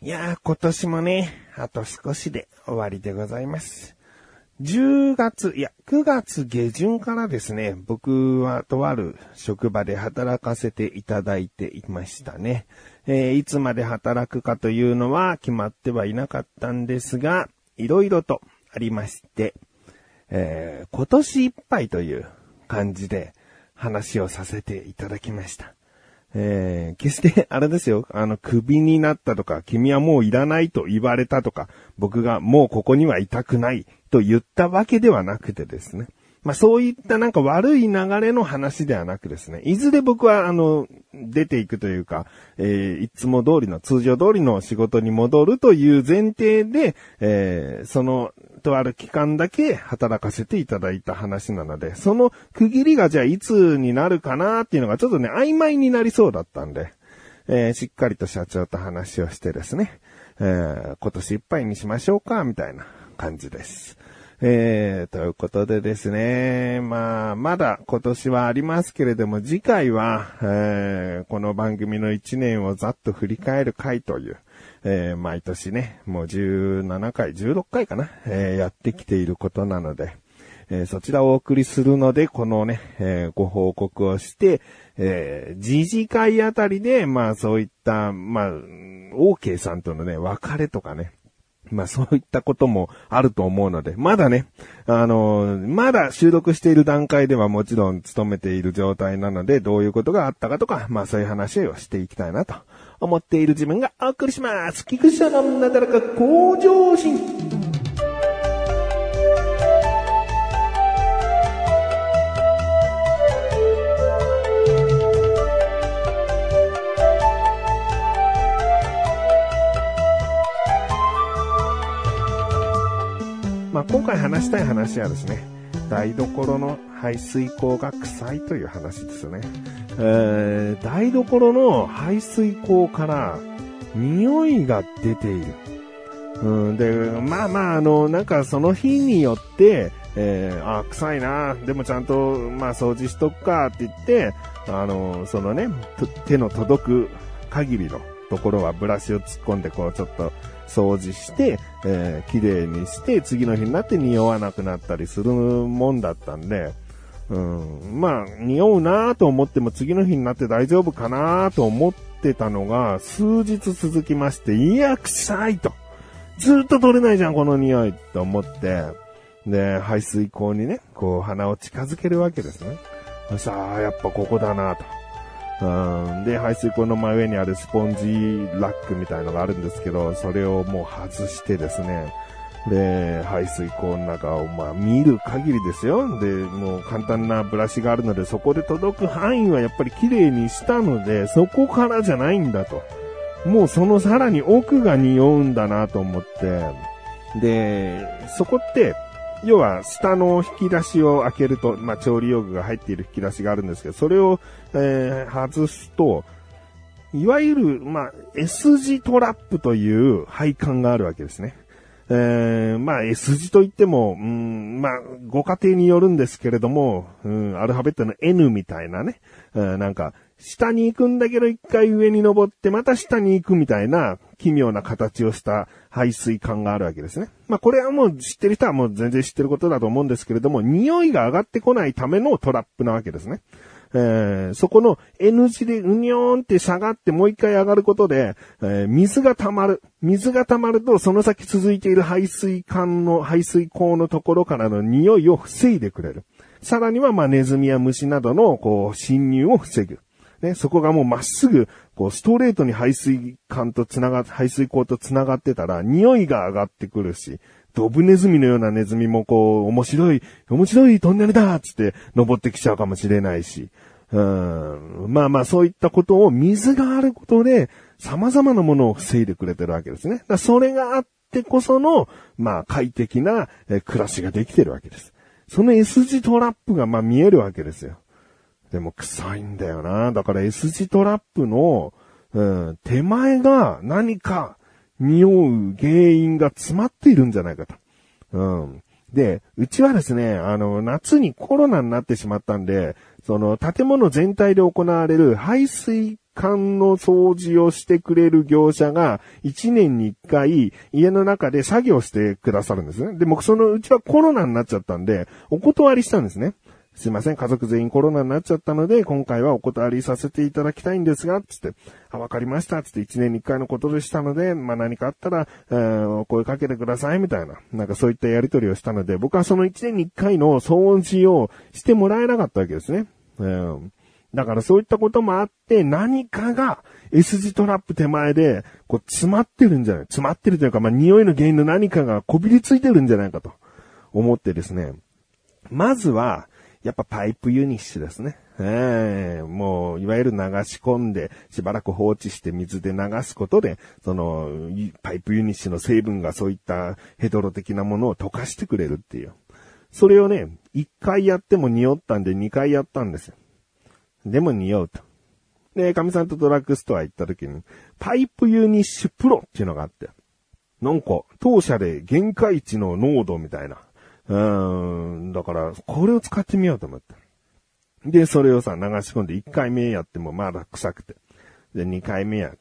いやー、今年もね、あと少しで終わりでございます。9月下旬からですね、僕はとある職場で働かせていただいていましたね。いつまで働くかというのは決まってはいなかったんですが、いろいろとありまして、今年いっぱいという感じで話をさせていただきました。決してあれですよ、クビになったとか、君はもういらないと言われたとか、僕がもうここにはいたくないと言ったわけではなくてですね。そういったなんか悪い流れの話ではなくですね、いずれ僕は出ていくというか、いつも通りの通常通りの仕事に戻るという前提で、そのとある期間だけ働かせていただいた話なので、その区切りがじゃあいつになるかなっていうのがちょっとね曖昧になりそうだったんで、しっかりと社長と話をしてですね、今年いっぱいにしましょうかみたいな感じです。ということでですね、まだ今年はありますけれども、次回は、この番組の1年をざっと振り返る回という、毎年ね、もう17回、16回かな、やってきていることなので、そちらをお送りするので、このね、ご報告をして、次次回あたりで、そういった、OK さんとのね、別れとかね、そういったこともあると思うので、まだね、まだ収録している段階ではもちろん勤めている状態なので、どういうことがあったかとか、そういう話をしていきたいなと思っている自分がお送りします。菊池のなだらか向上心。今回話したい話はですね、台所の排水口が臭いという話ですよね。台所の排水口から匂いが出ている。で、なんかその日によって、臭いな、でもちゃんと、掃除しとくかって言って、そのね、手の届く限りのところはブラシを突っ込んで、ちょっと、掃除して、綺麗にして、次の日になって匂わなくなったりするもんだったんで、匂うなぁと思っても次の日になって大丈夫かなぁと思ってたのが、数日続きまして、いや、臭いと。ずっと取れないじゃん、この匂いと思って、で、排水口にね、鼻を近づけるわけですね。そしたら、やっぱここだなぁと。で、排水口の真上にあるスポンジラックみたいのがあるんですけど、それをもう外してですね、で、排水口の中を見る限りですよ。で、もう簡単なブラシがあるので、そこで届く範囲はやっぱり綺麗にしたので、そこからじゃないんだと。もうそのさらに奥が匂うんだなと思って、で、そこって、要は下の引き出しを開けると、調理用具が入っている引き出しがあるんですけど、それを、外すと、いわゆる、S 字トラップという配管があるわけですね。S 字といっても、ご家庭によるんですけれども、アルファベットの N みたいなね、なんか、下に行くんだけど一回上に登ってまた下に行くみたいな奇妙な形をした排水管があるわけですね。これはもう知ってる人はもう全然知ってることだと思うんですけれども、匂いが上がってこないためのトラップなわけですね。そこの N 字でうにょーんって下がってもう一回上がることで、水が溜まる。水が溜まるとその先続いている排水口のところからの匂いを防いでくれる。さらにはネズミや虫などの侵入を防ぐ。ね、そこがもうまっすぐ、ストレートに排水口と繋がってたら、匂いが上がってくるし、ドブネズミのようなネズミも面白いトンネルだっつって登ってきちゃうかもしれないし、そういったことを水があることで、様々なものを防いでくれてるわけですね。それがあってこその、快適な暮らしができてるわけです。その S 字トラップが見えるわけですよ。でも臭いんだよな。だから S 字トラップの、手前が何か匂う原因が詰まっているんじゃないかと。で、うちはですね、夏にコロナになってしまったんで、その建物全体で行われる排水管の掃除をしてくれる業者が1年に1回家の中で作業してくださるんですね。で、僕うちはコロナになっちゃったんで、お断りしたんですね。すいません、家族全員コロナになっちゃったので、今回はお断りさせていただきたいんですが、つって、わかりました、つって1年に1回のことでしたので、何かあったら、お声かけてください、みたいな。なんかそういったやり取りをしたので、僕はその1年に1回の掃除をしてもらえなかったわけですね。だからそういったこともあって、何かが S 字トラップ手前で、詰まってるんじゃない？詰まってるというか、匂いの原因の何かがこびりついてるんじゃないかと思ってですね。まずは、やっぱパイプユニッシュですね。もう、いわゆる流し込んで、しばらく放置して水で流すことで、パイプユニッシュの成分がそういったヘドロ的なものを溶かしてくれるっていう。それをね、1回やっても匂ったんで2回やったんですよ。でも匂うと。で、かみさんとドラッグストア行った時に、パイプユニッシュプロっていうのがあって、なんか、当社で限界値の濃度みたいな。だから、これを使ってみようと思って。で、それをさ、流し込んで1回目やってもまだ臭くて。で、2回目やって。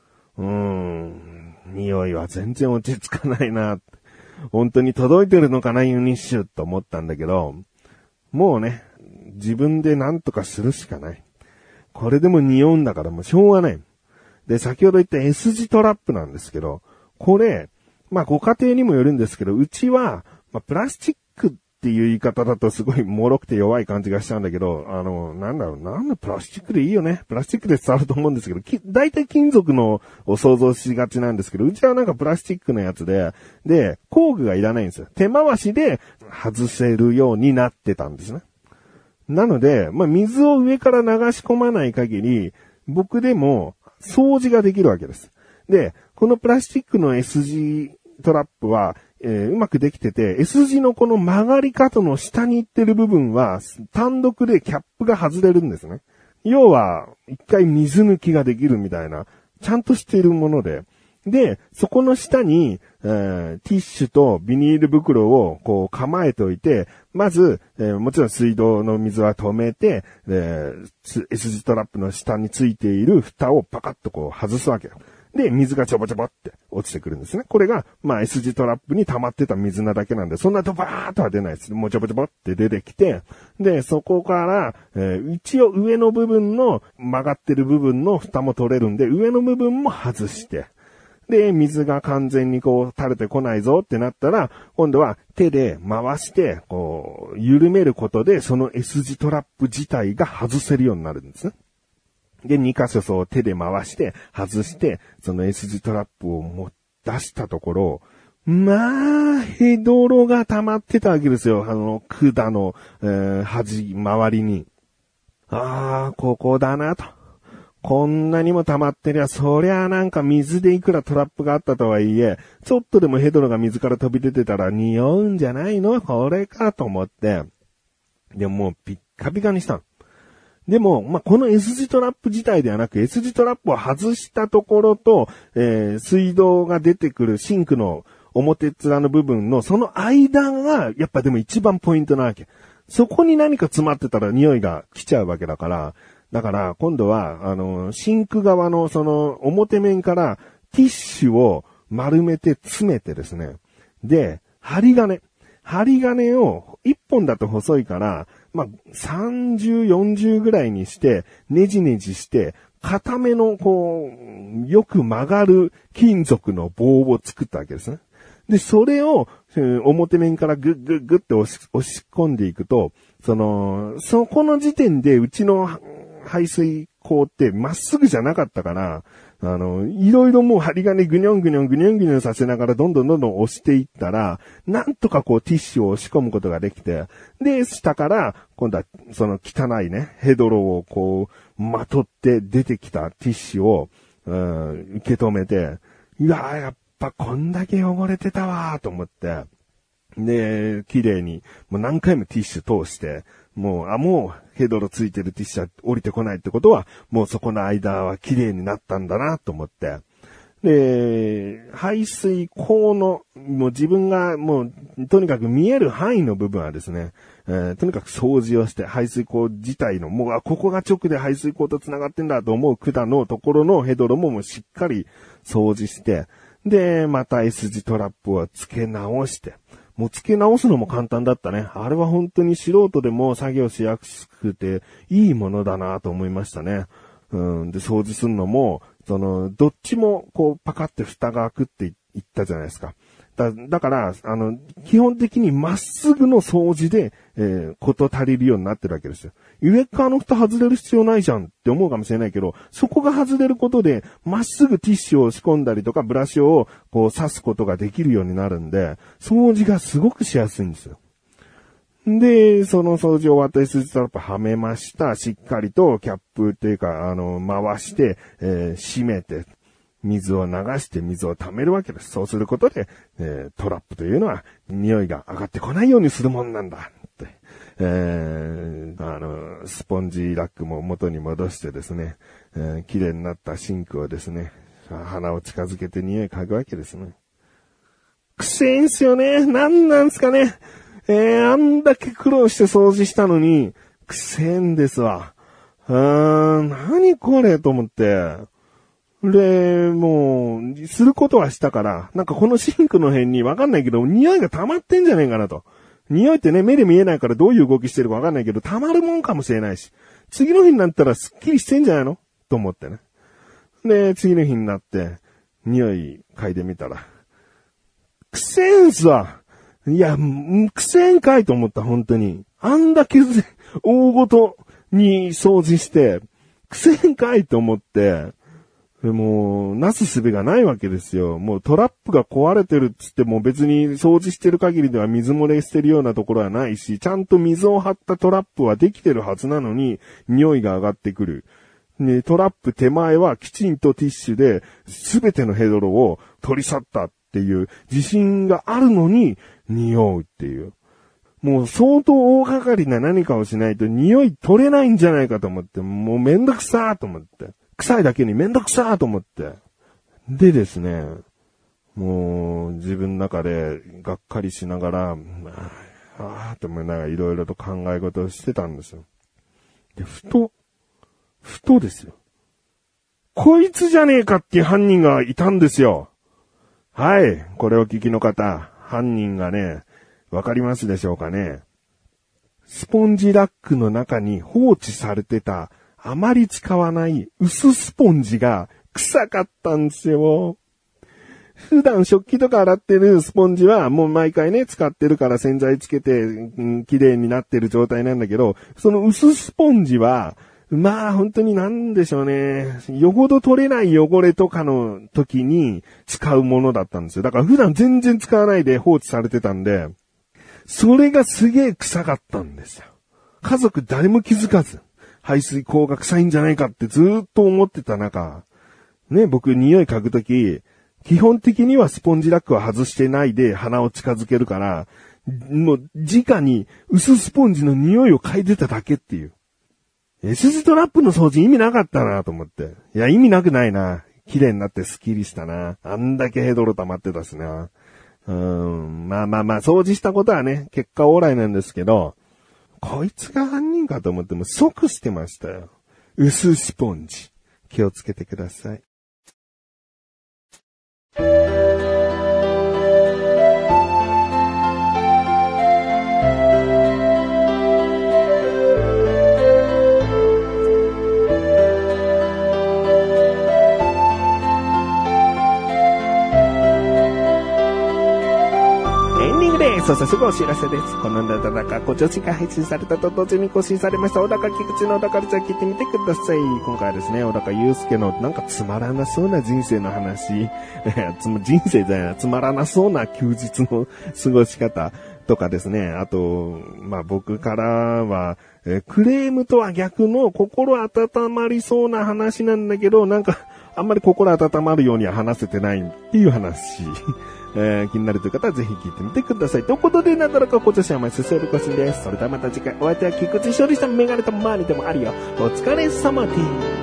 匂いは全然落ち着かないな。本当に届いてるのかな、ユニッシュと思ったんだけど、もうね、自分で何とかするしかない。これでも匂うんだからもうしょうがない。で、先ほど言った S 字トラップなんですけど、これ、ご家庭にもよるんですけど、うちは、プラスチックっていう言い方だとすごい脆くて弱い感じがしちゃうんだけど、なんでプラスチックでいいよね。プラスチックで伝わると思うんですけど、大体金属のを想像しがちなんですけど、うちはなんかプラスチックのやつで、工具がいらないんですよ。手回しで外せるようになってたんですね。なので、水を上から流し込まない限り、僕でも掃除ができるわけです。で、このプラスチックの S 字トラップは、うまくできてて、S 字のこの曲がり角の下に行ってる部分は、単独でキャップが外れるんですね。要は、一回水抜きができるみたいな、ちゃんとしているもので、で、そこの下に、ティッシュとビニール袋を構えておいて、まず、もちろん水道の水は止めて、S 字トラップの下についている蓋をパカッと外すわけよ。で、水がちょぼちょぼって落ちてくるんですね。これが、S 字トラップに溜まってた水なだけなんで、そんなドバーっとは出ないです。もうちょぼちょぼって出てきて、で、そこから、一応上の部分の曲がってる部分の蓋も取れるんで、上の部分も外して、で、水が完全に垂れてこないぞってなったら、今度は手で回して、緩めることで、その S 字トラップ自体が外せるようになるんですね。で、2箇所手で回して、外して、その S 字トラップを出したところ、ヘドロが溜まってたわけですよ。管の、周りに。ここだなと。こんなにも溜まってりゃ、そりゃなんか水でいくらトラップがあったとはいえ、ちょっとでもヘドロが水から飛び出てたら匂うんじゃないの？これかと思って。でもうピッカピカにしたの。でも、この S 字トラップ自体ではなく、S 字トラップを外したところと、水道が出てくるシンクの表面の部分のその間が、やっぱでも一番ポイントなわけ。そこに何か詰まってたら匂いが来ちゃうわけだから、だから今度は、シンク側のその表面からティッシュを丸めて詰めてですね。で、針金を1本だと細いから、30、40ぐらいにして、ねじねじして、固めのよく曲がる金属の棒を作ったわけですね。で、それを、表面からグッグッグッって押し込んでいくと、そこの時点でうちの排水口ってまっすぐじゃなかったから、いろいろもう針金ぐにょんぐにょんぐにょんぐにょんさせながらどんどん押していったら、なんとかティッシュを押し込むことができて、で、下から今度はその汚いね、ヘドロをまとって出てきたティッシュを、受け止めて、やっぱこんだけ汚れてたわーと思って、で、綺麗に、もう何回もティッシュ通して、もうヘドロついてるティッシュは降りてこないってことは、もうそこの間は綺麗になったんだなと思って。で、 排水口の、もう自分がもう、とにかく見える範囲の部分はですね、とにかく掃除をして、排水口自体の、もう、ここが直で排水口と繋がってんだと思う管のところのヘドロもしっかり掃除して、で、また S 字トラップを付け直して、もう付け直すのも簡単だったね。あれは本当に素人でも作業しやすくていいものだなと思いましたね。で、掃除するのも、どっちもこうパカって蓋が開くって言ったじゃないですか。だから、基本的にまっすぐの掃除で、こと足りるようになってるわけですよ。上側の蓋外れる必要ないじゃんって思うかもしれないけど、そこが外れることで、まっすぐティッシュを仕込んだりとか、ブラシをこう刺すことができるようになるんで、掃除がすごくしやすいんですよ。で、その掃除終わった S 字トラップはめました。しっかりとキャップっていうか、回して、閉めて、水を流して水を溜めるわけです。そうすることで、トラップというのは匂いが上がってこないようにするもんなんだって。スポンジラックも元に戻してですね、綺麗になったシンクをですね、鼻を近づけて匂い嗅ぐわけですね。くせえんすよね。なんなんすかね。あんだけ苦労して掃除したのに、くせえんですわ。何これと思って。で、もう、することはしたから、なんかこのシンクの辺にわかんないけど、匂いが溜まってんじゃねえかなと。匂いってね、目で見えないからどういう動きしてるかわかんないけど、溜まるもんかもしれないし、次の日になったらスッキリしてんじゃないのと思ってね。で、次の日になって、匂い嗅いでみたら、くせえんすわ。いや、くせえんかいと思った、本当に。あんだけ大ごとに掃除して、くせえんかいと思って、でも、なすすべがないわけですよ。もうトラップが壊れてるっつっても別に掃除してる限りでは水漏れしてるようなところはないし、ちゃんと水を張ったトラップはできてるはずなのに、匂いが上がってくる。ね、トラップ手前はきちんとティッシュで全てのヘドロを取り去ったっていう自信があるのに、匂うっていう。もう相当大掛かりな何かをしないと匂い取れないんじゃないかと思って、もうめんどくさーと思って。臭いだけにめんどくさーと思って。でですね、もう自分の中でがっかりしながら、と思いながらいろいろと考え事をしてたんですよ。で、ふとですよ。こいつじゃねえかっていう犯人がいたんですよ。はい、これを聞きの方、犯人がね、わかりますでしょうかね。スポンジラックの中に放置されてたあまり使わない薄スポンジが臭かったんですよ。普段食器とか洗ってるスポンジはもう毎回ね使ってるから洗剤つけて、綺麗になってる状態なんだけど、その薄スポンジはまあ本当になんでしょうね。よほど取れない汚れとかの時に使うものだったんですよ。だから普段全然使わないで放置されてたんで、それがすげえ臭かったんですよ。家族誰も気づかず、排水口が臭いんじゃないかってずーっと思ってた中、ね、僕匂い嗅ぐとき、基本的にはスポンジラックは外してないで鼻を近づけるから、もう直に薄スポンジの匂いを嗅いでただけっていう。S 字トラップの掃除意味なかったなと思って。いや意味なくないな。綺麗になってスッキリしたな。あんだけヘドロ溜まってたしな。まあ、掃除したことはね、結果オーライなんですけど、こいつが犯人かと思っても即してましたよ。薄スポンジ。気をつけてください。そしてすぐお知らせです。このなだらかご女子が配信されたと同時に更新されました小高菊池の小高ルチャー聞いてみてください。今回はですね、小高祐介のなんかつまらなそうな人生の話、人生じゃない、つまらなそうな休日の過ごし方とかですね、あと、僕からは、クレームとは逆の心温まりそうな話なんだけど、なんかあんまり心温まるようには話せてないっていう話。気になるという方はぜひ聞いてみてください。ということで、なんだらかこちらしゃまいすせるこしんです。それではまた次回お会いいたい菊池勝利したメガネとマーニでもあるよ。お疲れ様です。